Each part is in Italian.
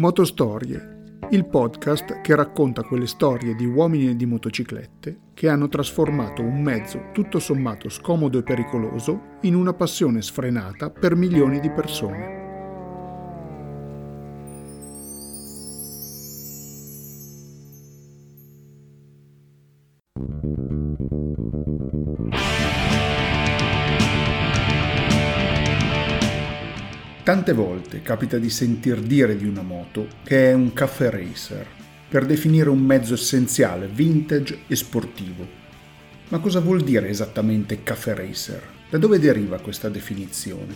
Motostorie, il podcast che racconta quelle storie di uomini e di motociclette che hanno trasformato un mezzo tutto sommato scomodo e pericoloso in una passione sfrenata per milioni di persone. Tante volte capita di sentir dire di una moto che è un caffè racer, per definire un mezzo essenziale, vintage e sportivo. Ma cosa vuol dire esattamente caffè racer? Da dove deriva questa definizione?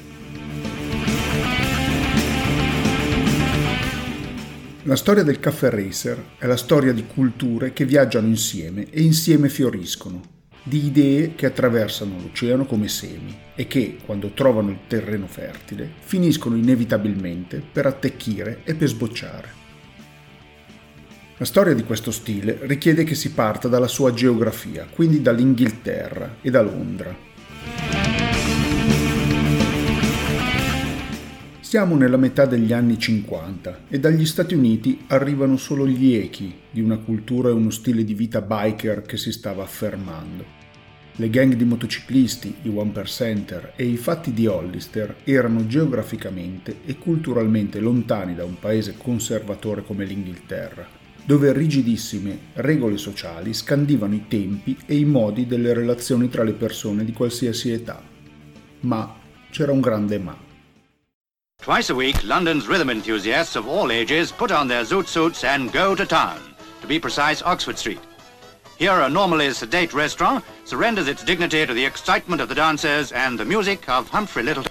La storia del caffè racer è la storia di culture che viaggiano insieme e insieme fioriscono, di idee che attraversano l'oceano come semi e che, quando trovano il terreno fertile, finiscono inevitabilmente per attecchire e per sbocciare. La storia di questo stile richiede che si parta dalla sua geografia, quindi dall'Inghilterra e da Londra. Siamo nella metà degli anni 50 e dagli Stati Uniti arrivano solo gli echi di una cultura e uno stile di vita biker che si stava affermando. Le gang di motociclisti, i one percenter e i fatti di Hollister erano geograficamente e culturalmente lontani da un paese conservatore come l'Inghilterra, dove rigidissime regole sociali scandivano i tempi e i modi delle relazioni tra le persone di qualsiasi età. Ma c'era un grande ma. Twice a week, London's rhythm enthusiasts of all ages put on their zoot suits and go to town, to be precise, Oxford Street. Here, a normally sedate restaurant surrenders its dignity to the excitement of the dancers and the music of Humphrey Little.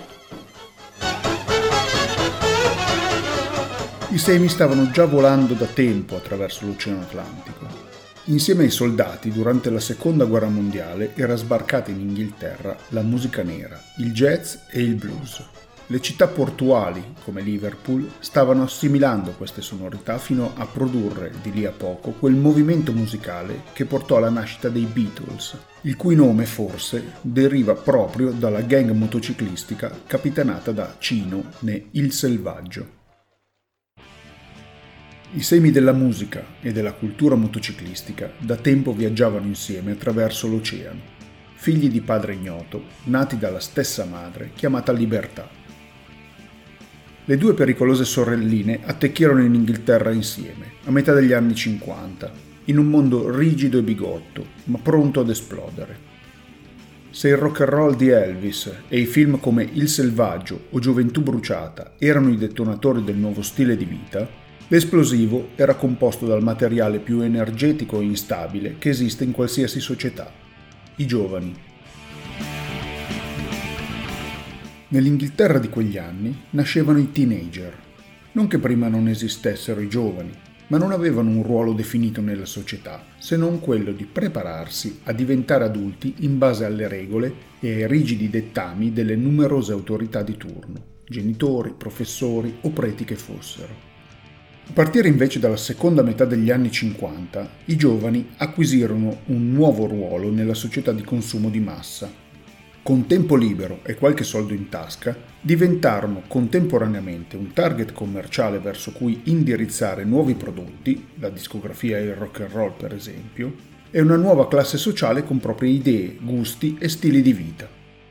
I semi stavano già volando da tempo attraverso l'Oceano Atlantico. Insieme ai soldati, durante la Seconda Guerra Mondiale, era sbarcata in Inghilterra la musica nera, il jazz e il blues. Le città portuali, come Liverpool, stavano assimilando queste sonorità fino a produrre, di lì a poco, quel movimento musicale che portò alla nascita dei Beatles, il cui nome forse deriva proprio dalla gang motociclistica capitanata da Cino né Il Selvaggio. I semi della musica e della cultura motociclistica da tempo viaggiavano insieme attraverso l'oceano, figli di padre ignoto, nati dalla stessa madre, chiamata Libertà. Le due pericolose sorelline attecchirono in Inghilterra insieme, a metà degli anni 50, in un mondo rigido e bigotto, ma pronto ad esplodere. Se il rock and roll di Elvis e i film come Il Selvaggio o Gioventù Bruciata erano i detonatori del nuovo stile di vita, l'esplosivo era composto dal materiale più energetico e instabile che esiste in qualsiasi società: i giovani. Nell'Inghilterra di quegli anni nascevano i teenager. Non che prima non esistessero i giovani, ma non avevano un ruolo definito nella società, se non quello di prepararsi a diventare adulti in base alle regole e ai rigidi dettami delle numerose autorità di turno, genitori, professori o preti che fossero. A partire invece dalla seconda metà degli anni 50, i giovani acquisirono un nuovo ruolo nella società di consumo di massa. Con tempo libero e qualche soldo in tasca, diventarono contemporaneamente un target commerciale verso cui indirizzare nuovi prodotti, la discografia e il rock and roll per esempio, e una nuova classe sociale con proprie idee, gusti e stili di vita.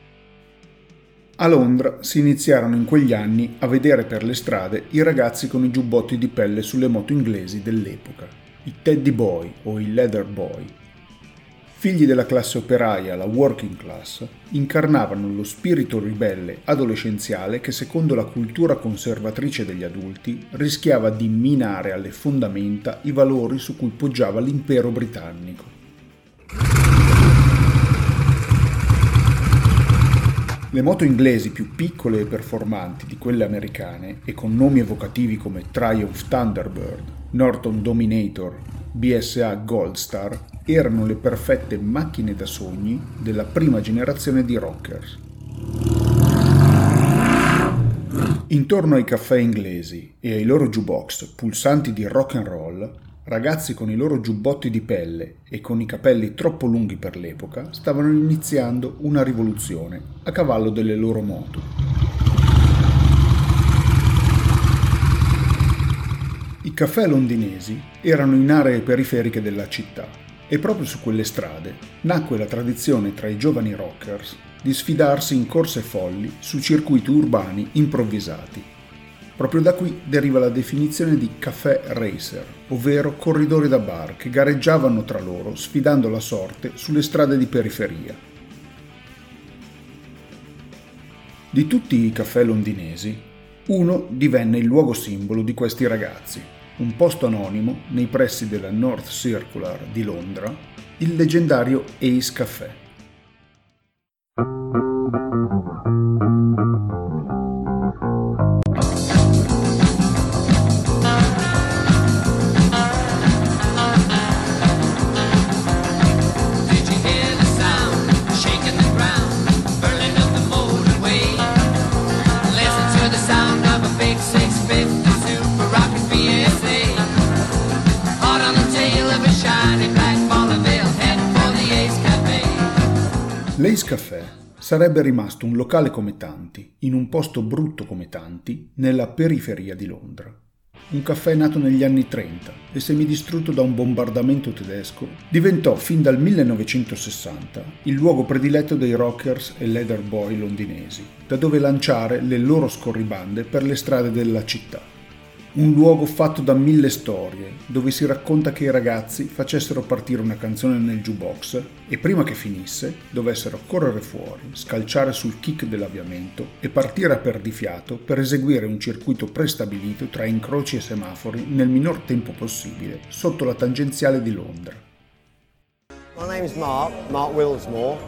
A Londra si iniziarono in quegli anni a vedere per le strade i ragazzi con i giubbotti di pelle sulle moto inglesi dell'epoca, i Teddy Boy o i Leather Boy. Figli della classe operaia, la working class, incarnavano lo spirito ribelle adolescenziale che, secondo la cultura conservatrice degli adulti, rischiava di minare alle fondamenta i valori su cui poggiava l'impero britannico. Le moto inglesi più piccole e performanti di quelle americane e con nomi evocativi come Triumph Thunderbird, Norton Dominator, BSA Goldstar erano le perfette macchine da sogni della prima generazione di rockers. Intorno ai caffè inglesi e ai loro jukebox pulsanti di rock and roll, ragazzi con i loro giubbotti di pelle e con i capelli troppo lunghi per l'epoca stavano iniziando una rivoluzione a cavallo delle loro moto. caffè londinesi erano in aree periferiche della città e proprio su quelle strade nacque la tradizione tra i giovani rockers di sfidarsi in corse folli su circuiti urbani improvvisati. Proprio da qui deriva la definizione di caffè racer, ovvero corridori da bar che gareggiavano tra loro sfidando la sorte sulle strade di periferia. Di tutti i caffè londinesi, uno divenne il luogo simbolo di questi ragazzi, un posto anonimo nei pressi della North Circular di Londra, il leggendario Ace Café. L'Ace Café sarebbe rimasto un locale come tanti, in un posto brutto come tanti, nella periferia di Londra. Un caffè nato negli anni 30 e semidistrutto da un bombardamento tedesco, diventò fin dal 1960 il luogo prediletto dei rockers e leather boy londinesi, da dove lanciare le loro scorribande per le strade della città. Un luogo fatto da 1000 storie, dove si racconta che i ragazzi facessero partire una canzone nel jukebox e prima che finisse dovessero correre fuori, scalciare sul kick dell'avviamento e partire a perdifiato per eseguire un circuito prestabilito tra incroci e semafori nel minor tempo possibile sotto la tangenziale di Londra. My name is Mark Willsmore,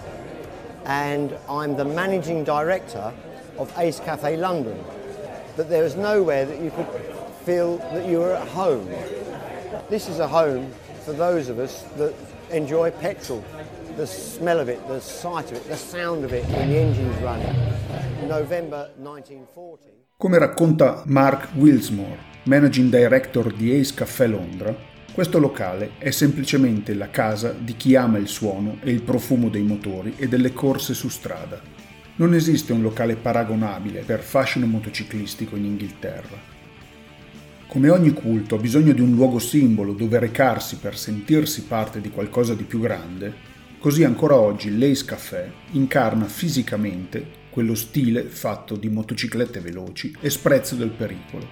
and I'm the managing director of Ace Café London. That there is nowhere that you could feel that you were at home. This is a home for those of us that enjoy petrol, the smell of it, the sight of it, the sound of it when the engine's running. November 1940. Come racconta Mark Willsmore, managing director di Ace Café Londra, questo locale è semplicemente la casa di chi ama il suono e il profumo dei motori e delle corse su strada. Non esiste un locale paragonabile per fascino motociclistico in Inghilterra. Come ogni culto ha bisogno di un luogo simbolo dove recarsi per sentirsi parte di qualcosa di più grande, così ancora oggi l'Ace Café incarna fisicamente quello stile fatto di motociclette veloci e sprezzo del pericolo.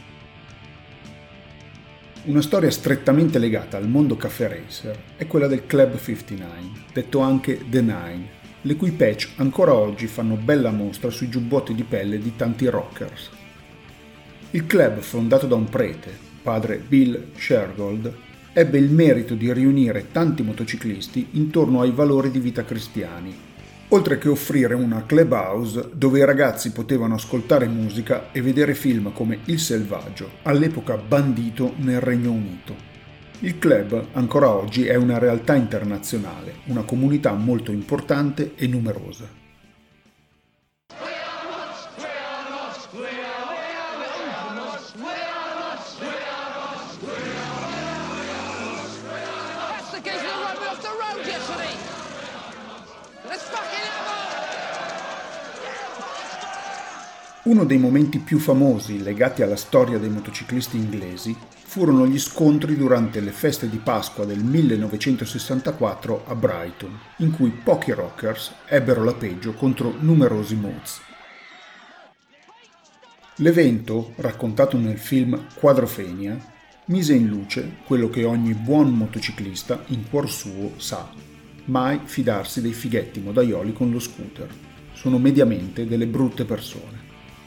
Una storia strettamente legata al mondo caffè racer è quella del Club 59, detto anche The Nine, le cui patch ancora oggi fanno bella mostra sui giubbotti di pelle di tanti rockers. Il club, fondato da un prete, padre Bill Shergold, ebbe il merito di riunire tanti motociclisti intorno ai valori di vita cristiani, oltre che offrire una clubhouse dove i ragazzi potevano ascoltare musica e vedere film come Il Selvaggio, all'epoca bandito nel Regno Unito. Il club ancora oggi è una realtà internazionale, una comunità molto importante e numerosa. Uno dei momenti più famosi legati alla storia dei motociclisti inglesi furono gli scontri durante le feste di Pasqua del 1964 a Brighton, in cui pochi rockers ebbero la peggio contro numerosi mods. L'evento, raccontato nel film Quadrophenia, mise in luce quello che ogni buon motociclista in cuor suo sa: mai fidarsi dei fighetti modaioli con lo scooter. Sono mediamente delle brutte persone.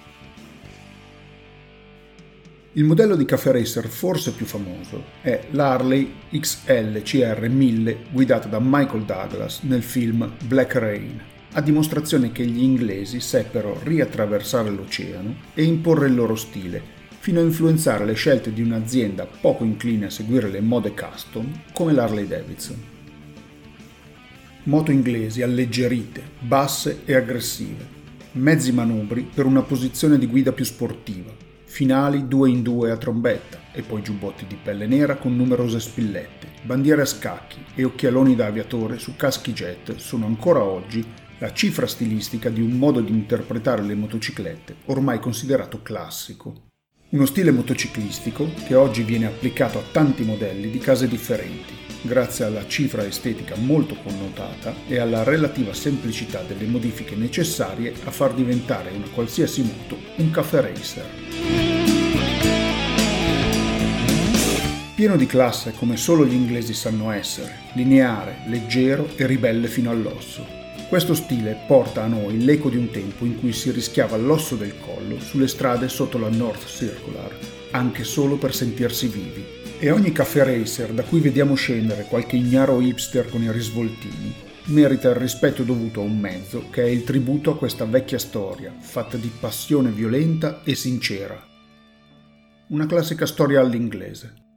Il modello di caffè racer forse più famoso è l'Harley XL CR 1000 guidata da Michael Douglas nel film Black Rain, a dimostrazione che gli inglesi seppero riattraversare l'oceano e imporre il loro stile, fino a influenzare le scelte di un'azienda poco incline a seguire le mode custom come l'Harley Davidson. Moto inglesi alleggerite, basse e aggressive, mezzi manubri per una posizione di guida più sportiva, finali 2 in 2 a trombetta e poi giubbotti di pelle nera con numerose spillette, bandiere a scacchi e occhialoni da aviatore su caschi jet sono ancora oggi la cifra stilistica di un modo di interpretare le motociclette ormai considerato classico. Uno stile motociclistico che oggi viene applicato a tanti modelli di case differenti, grazie alla cifra estetica molto connotata e alla relativa semplicità delle modifiche necessarie a far diventare una qualsiasi moto un cafe racer. Pieno di classe come solo gli inglesi sanno essere, lineare, leggero e ribelle fino all'osso. Questo stile porta a noi l'eco di un tempo in cui si rischiava l'osso del collo sulle strade sotto la North Circular, anche solo per sentirsi vivi. E ogni caffè racer da cui vediamo scendere qualche ignaro hipster con i risvoltini merita il rispetto dovuto a un mezzo che è il tributo a questa vecchia storia, fatta di passione violenta e sincera. Una classica storia all'inglese.